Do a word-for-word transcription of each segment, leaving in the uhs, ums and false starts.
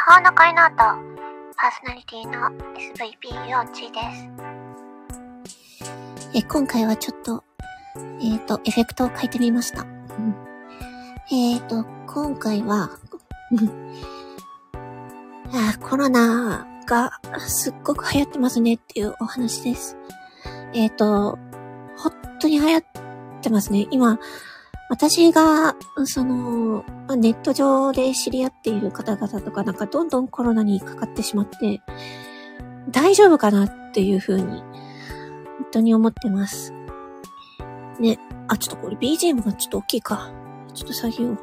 法の会の後、パーソナリティの エスブイピー ヨンチーです。 え、今回はちょっと、えっと、エフェクトを変えてみました。うん、えっと、今回は、あ、コロナがすっごく流行ってますねっていうお話です。えっと、本当に流行ってますね。今、私が、その、ネット上で知り合っている方々とかなんかどんどんコロナにかかってしまって、大丈夫かなっていう風に、本当に思ってます。ね。あ、ちょっとこれ ビージーエム がちょっと大きいか。ちょっと下げよう。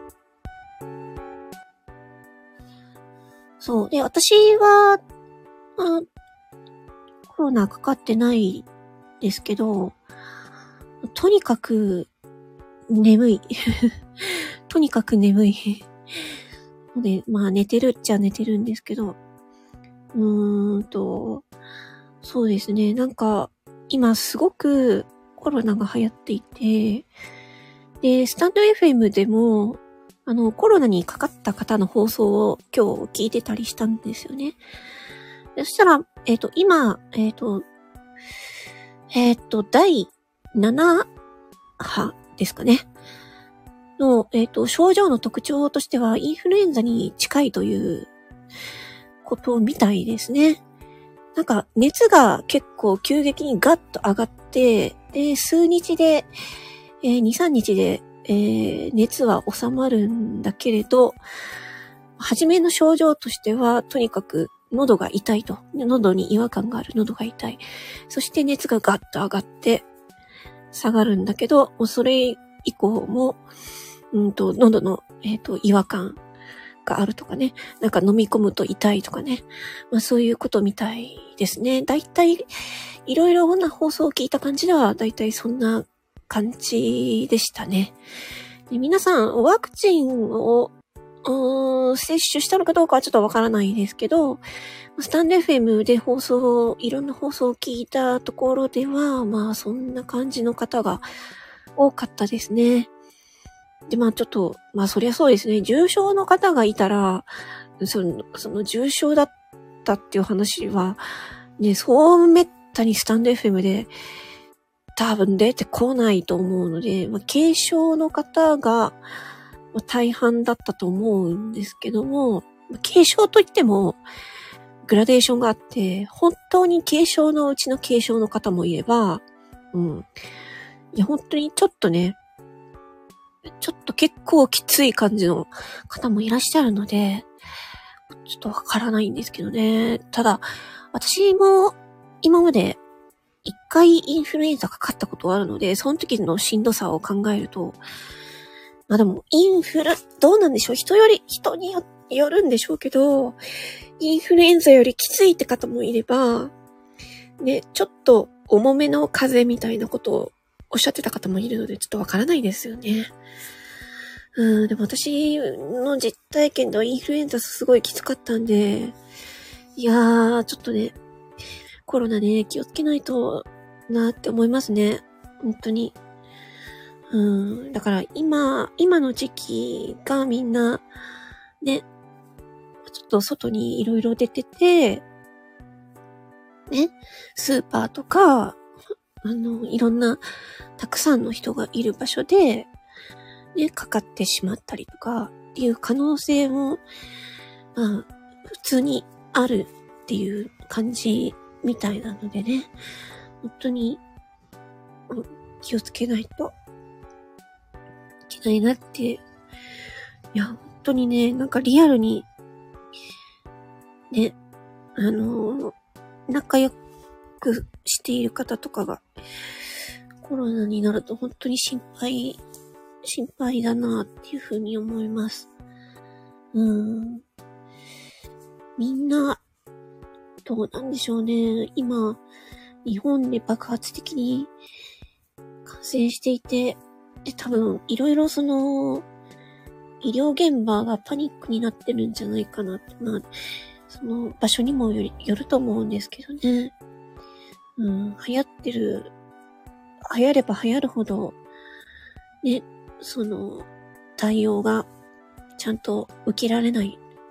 そう。で、私は、あ、コロナかかってないですけど、とにかく眠い。とにかく眠い。で、まあ寝てるっちゃ寝てるんですけど、うーんと、そうですね。なんか、今すごくコロナが流行っていて、で、スタンド エフエム でも、あの、コロナにかかった方の放送を今日聞いてたりしたんですよね。そしたら、えっと、今、えっと、えっと、だいなな波ですかね。の、えっと、症状の特徴としては、インフルエンザに近いということみたいですね。なんか、熱が結構急激にガッと上がって、で、数日で、えー、に、さんにちで、えー、熱は収まるんだけれど、初めの症状としては、とにかく喉が痛いと。喉に違和感がある、喉が痛い。そして熱がガッと上がって、下がるんだけど、もうそれ以降も、うんと、喉の、えっと、違和感があるとかね。なんか飲み込むと痛いとかね。まあそういうことみたいですね。だいたい、いろいろな放送を聞いた感じでは、だいたいそんな感じでしたね。で、皆さん、ワクチンを、うーん、接種したのかどうかはちょっとわからないですけど、スタンド エフエム で放送、いろんな放送を聞いたところでは、まあそんな感じの方が多かったですね。で、まあちょっと、まあそりゃそうですね。重症の方がいたら、その、その重症だったっていう話は、ね、そうめったにスタンド エフエム で多分出てこないと思うので、まあ軽症の方が大半だったと思うんですけども、軽症といっても、グラデーションがあって、本当に軽症のうちの軽症の方もいれば、うん。いや、本当にちょっとね、ちょっと結構きつい感じの方もいらっしゃるので、ちょっとわからないんですけどね。ただ、私も今まで一回インフルエンザかかったことがあるので、その時のしんどさを考えると、まあでも、インフル、どうなんでしょう？人より、人によ、よるんでしょうけど、インフルエンザよりきついって方もいれば、ね、ちょっと重めの風邪みたいなことをおっしゃってた方もいるので、ちょっとわからないですよね。うん、でも私の実体験ではインフルエンザすごいきつかったんで、いやー、ちょっとね、コロナね、気をつけないとなって思いますね。本当に。うん、だから今、今の時期がみんな、ね、ちょっと外にいろいろ出てて、ね、スーパーとか、あの、いろんな、たくさんの人がいる場所で、ね、かかってしまったりとか、っていう可能性も、まあ、普通にあるっていう感じみたいなのでね、本当に、気をつけないといけないなって、いや、本当にね、なんかリアルに、ね、あの、仲良くしている方とかが、コロナになると本当に心配、心配だなっていうふうに思います。うーん。みんな、どうなんでしょうね。今、日本で爆発的に感染していて、で、多分、いろいろその、医療現場がパニックになってるんじゃないかなって、まあ、その場所にもより、よると思うんですけどね。うん、流行ってる、流行れば流行るほど、ね、その、対応がちゃんと受けられない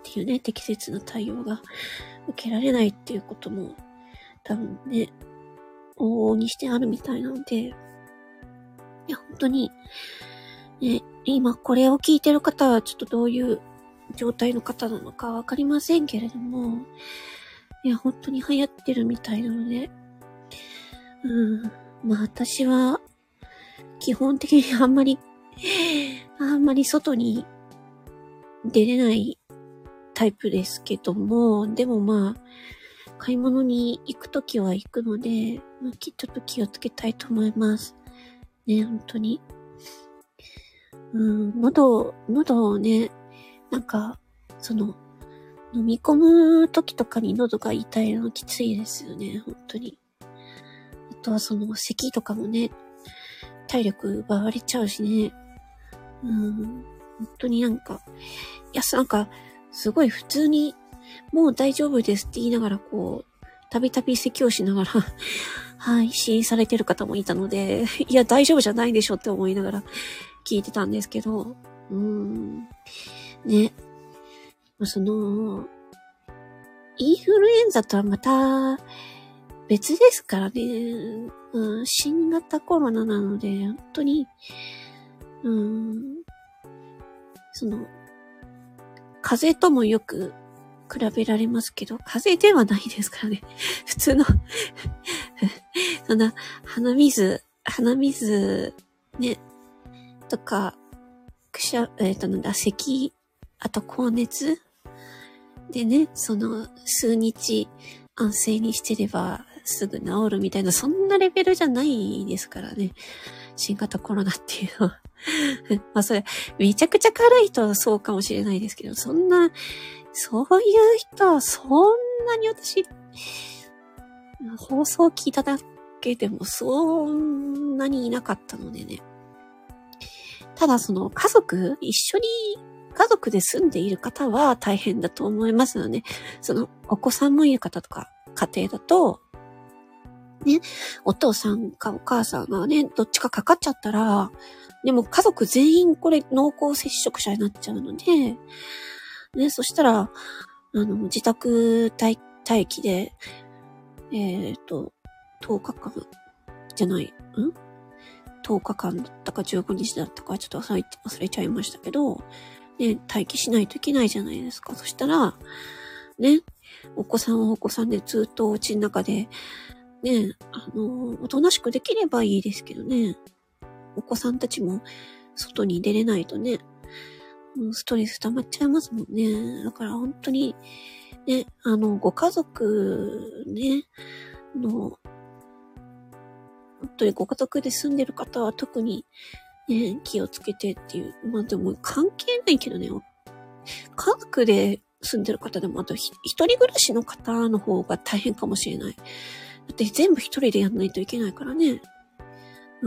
っていうね、適切な対応が受けられないっていうことも多分ね、往々にしてあるみたいなので、いや、本当に、ね、今これを聞いてる方はちょっとどういう状態の方なのかわかりませんけれども、いや、本当に流行ってるみたいなので、うん、まあ私は、基本的にあんまり、あんまり外に出れないタイプですけども、でもまあ、買い物に行くときは行くので、まあ、ちょっと気をつけたいと思います。ね、本当に。うん、喉、喉をね、なんか、その、飲み込むときとかに喉が痛いのきついですよね、本当に。あとはその、咳とかもね、体力奪われちゃうしね。うん、本当になんか、いや、なんか、すごい普通に、もう大丈夫ですって言いながら、こう、たびたび咳をしながら、配信されてる方もいたので、いや、大丈夫じゃないでしょって思いながら聞いてたんですけど、うーん、ね。その、インフルエンザとはまた別ですからね、うん、新型コロナなので、本当に、うーん、その、風邪ともよく比べられますけど、風邪ではないですからね。普通のそんな、鼻水、鼻水、ね、とか、くしゃ、えっと、なんだ、咳、あと高熱でね、その、数日安静にしてればすぐ治るみたいな、そんなレベルじゃないですからね。新型コロナっていうのは。まあそれ、めちゃくちゃ軽い人はそうかもしれないですけど、そんな、そういう人はそんなに私、放送聞いただけでもそんなにいなかったのでね。ただその家族、一緒に家族で住んでいる方は大変だと思いますよね。そのお子さんもいる方とか家庭だと、ね、お父さんかお母さんがね、どっちかかかっちゃったら、でも家族全員これ濃厚接触者になっちゃうので、ね、そしたら、あの、自宅待待機で、えっと、とおかかんじゃない、ん ?とおかかんだったかじゅうごにちだったかちょっと忘れ忘れちゃいましたけど、ね、待機しないといけないじゃないですか。そしたら、ね、お子さんはお子さんでずっとお家の中で、ね、あの、おとなしくできればいいですけどね、お子さんたちも外に出れないとね、ストレス溜まっちゃいますもんね。だから本当に、ね、あの、ご家族ね、の、本当にご家族で住んでる方は特に、ね、気をつけてっていう。まあでも関係ないけどね、家族で住んでる方でも、あと一人暮らしの方の方が大変かもしれない。だって全部一人でやんないといけないからね。うん。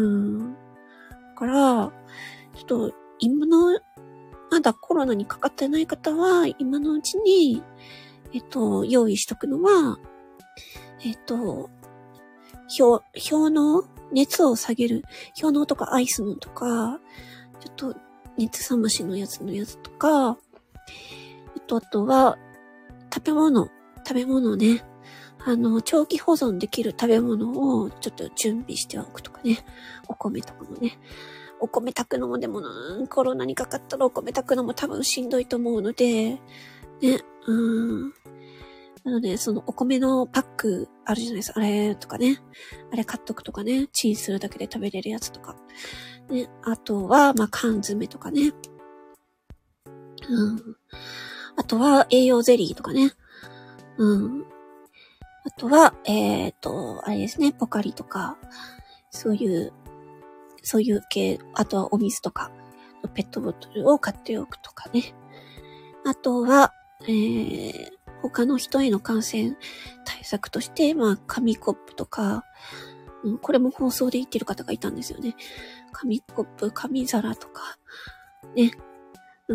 だから、ちょっと、今の、まだコロナにかかってない方は、今のうちに、えっと、用意しとくのは、えっと、氷、氷の熱を下げる、氷のとかアイスのとか、ちょっと熱冷ましのやつのやつとか、えっと、あとは、食べ物、食べ物ね。あの、長期保存できる食べ物をちょっと準備しておくとかね。お米とかもね。お米炊くのもでも、コロナにかかったらお米炊くのも多分しんどいと思うので、ね、うーん。なので、そのお米のパックあるじゃないですか。あれとかね。あれ買っとくとかね。チンするだけで食べれるやつとか。ね。あとは、まあ、缶詰とかね。うん。あとは、栄養ゼリーとかね。うん。あとは、えっと、あれですね。ポカリとか。そういう、そういう系。あとはお水とか。ペットボトルを買っておくとかね。あとは、えー、他の人への感染対策として、まあ、紙コップとか、うん、これも放送で言ってる方がいたんですよね。紙コップ、紙皿とか、ね、うん、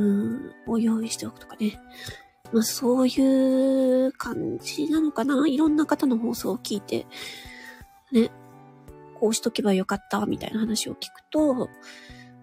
を用意しておくとかね。まあ、そういう感じなのかな。いろんな方の放送を聞いて、ね、こうしとけばよかった、みたいな話を聞くと、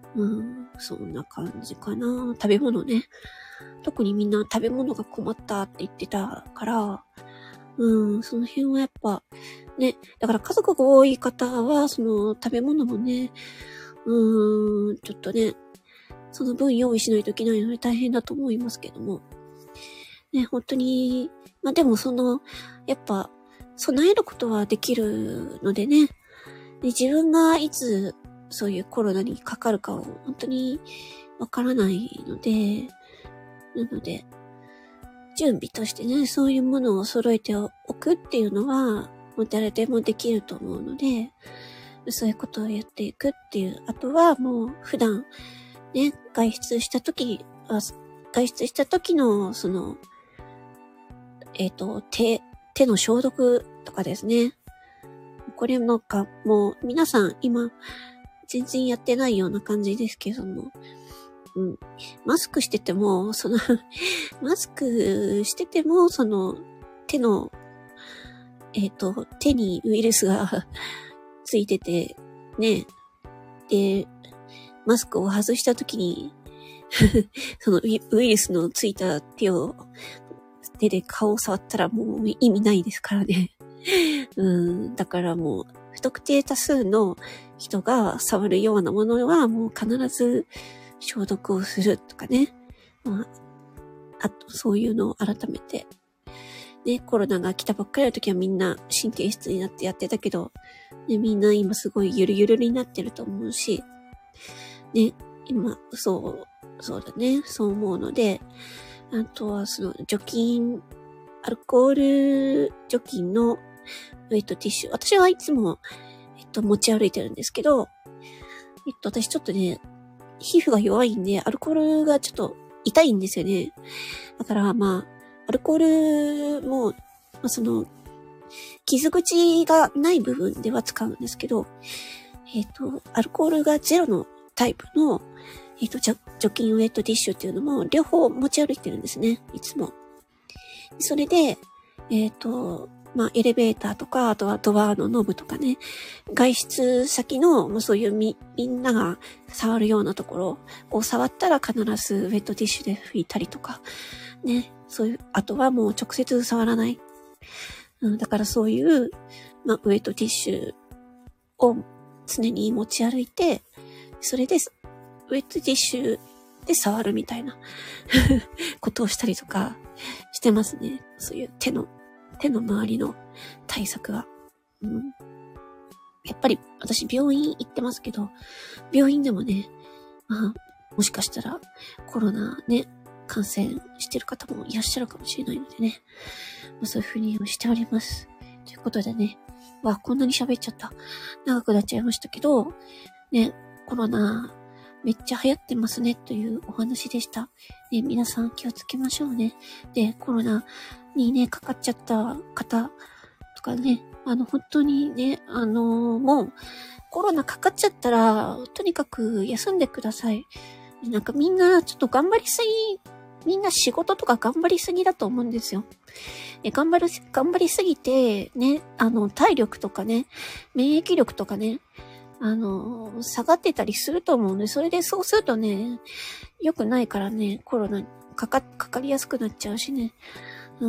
うん、そんな感じかな。食べ物ね。特にみんな食べ物が困ったって言ってたから、うん、その辺はやっぱ、ね、だから家族が多い方は、その食べ物もね、うーん、ちょっとね、その分用意しないといけないので大変だと思いますけども。ね、本当に、まあでもその、やっぱ、備えることはできるのでね、で自分がいつそういうコロナにかかるかを本当にわからないので、なので、準備としてね、そういうものを揃えておくっていうのは、もう誰でもできると思うので、そういうことをやっていくっていう。あとはもう普段、ね、外出した時、あ外出した時の、その、えっと、手、手の消毒とかですね。これなんかもう皆さん今全然やってないような感じですけども、うん。マスクしてても、そのマスクしてても、その手の、えっと、手にウイルスがついてて、ね。で、マスクを外したときにそのウイルスのついた手を、手で顔を触ったらもう意味ないですからね。うん、だからもう、不特定多数の人が触るようなものはもう必ず消毒をするとかね。まあ、あと、そういうのを改めて。ね、コロナが来たばっかりの時はみんな神経質になってやってたけど、ね、みんな今すごいゆるゆるになってると思うし、ね、今、そう、そうだね、そう思うので、あとはその除菌、アルコール除菌のウェットティッシュ。私はいつも、えっと、持ち歩いてるんですけど、えっと、私ちょっとね、皮膚が弱いんで、アルコールがちょっと痛いんですよね。だから、まあ、アルコールも、まあ、その、傷口がない部分では使うんですけど、えっと、アルコールがゼロのタイプの、えっと、除菌ウェットティッシュっていうのも、両方持ち歩いてるんですね、いつも。それで、えっと、まあ、エレベーターとか、あとはドアのノブとかね、外出先の、まあ、そういうみ、みんなが触るようなところを触ったら必ずウェットティッシュで拭いたりとか、ね、そういう、あとはもう直接触らない。うん、だからそういう、まあ、ウェットティッシュを常に持ち歩いて、それで、ウェットティッシュで触るみたいなことをしたりとかしてますね。そういう手の、手の周りの対策は。うん、やっぱり私病院行ってますけど、病院でもね、まあ、もしかしたらコロナね、感染してる方もいらっしゃるかもしれないのでね、まあ、そういうふうにしております。ということでね、わ、こんなに喋っちゃった。長くなっちゃいましたけど、ね、コロナ、めっちゃ流行ってますねというお話でした。ね、皆さん気をつけましょうね。で、コロナにね、かかっちゃった方とかね、あの、本当にね、あのー、もう、コロナかかっちゃったら、とにかく休んでください。なんかみんなちょっと頑張りすぎ、みんな仕事とか頑張りすぎだと思うんですよ。え頑張る、頑張りすぎて、ね、あの、体力とかね、免疫力とかね、あの、下がってたりすると思うので、それでそうするとね、良くないからね、コロナにかか、かかりやすくなっちゃうしね。うん、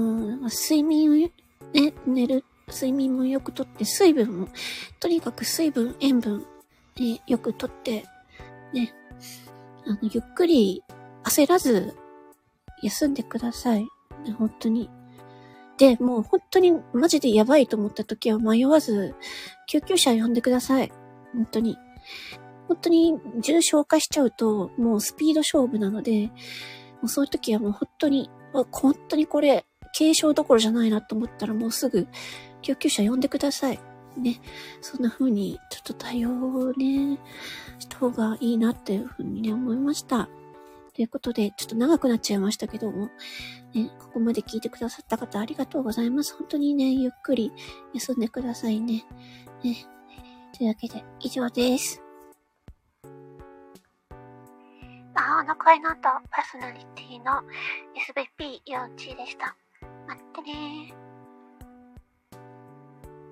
睡眠をね、寝る、睡眠もよくとって、水分も、とにかく水分、塩分、ね、よくとって、ね、あの、ゆっくり焦らず休んでください。ね、本当に。で、もう本当にマジでやばいと思った時は迷わず救急車呼んでください。本当に。本当に重症化しちゃうともうスピード勝負なので、もうそういう時はもう本当に、本当にこれ軽症どころじゃないなと思ったらもうすぐ救急車呼んでください。ね。そんな風にちょっと対応をね、した方がいいなっていう風にね、思いました。ということで、ちょっと長くなっちゃいましたけども、ね、ここまで聞いてくださった方ありがとうございます。本当にね、ゆっくり休んでくださいね。ね。というわけで、以上です。 魔法の声の音パーソナリティの エスブイピー 幼稚でした。まったねー。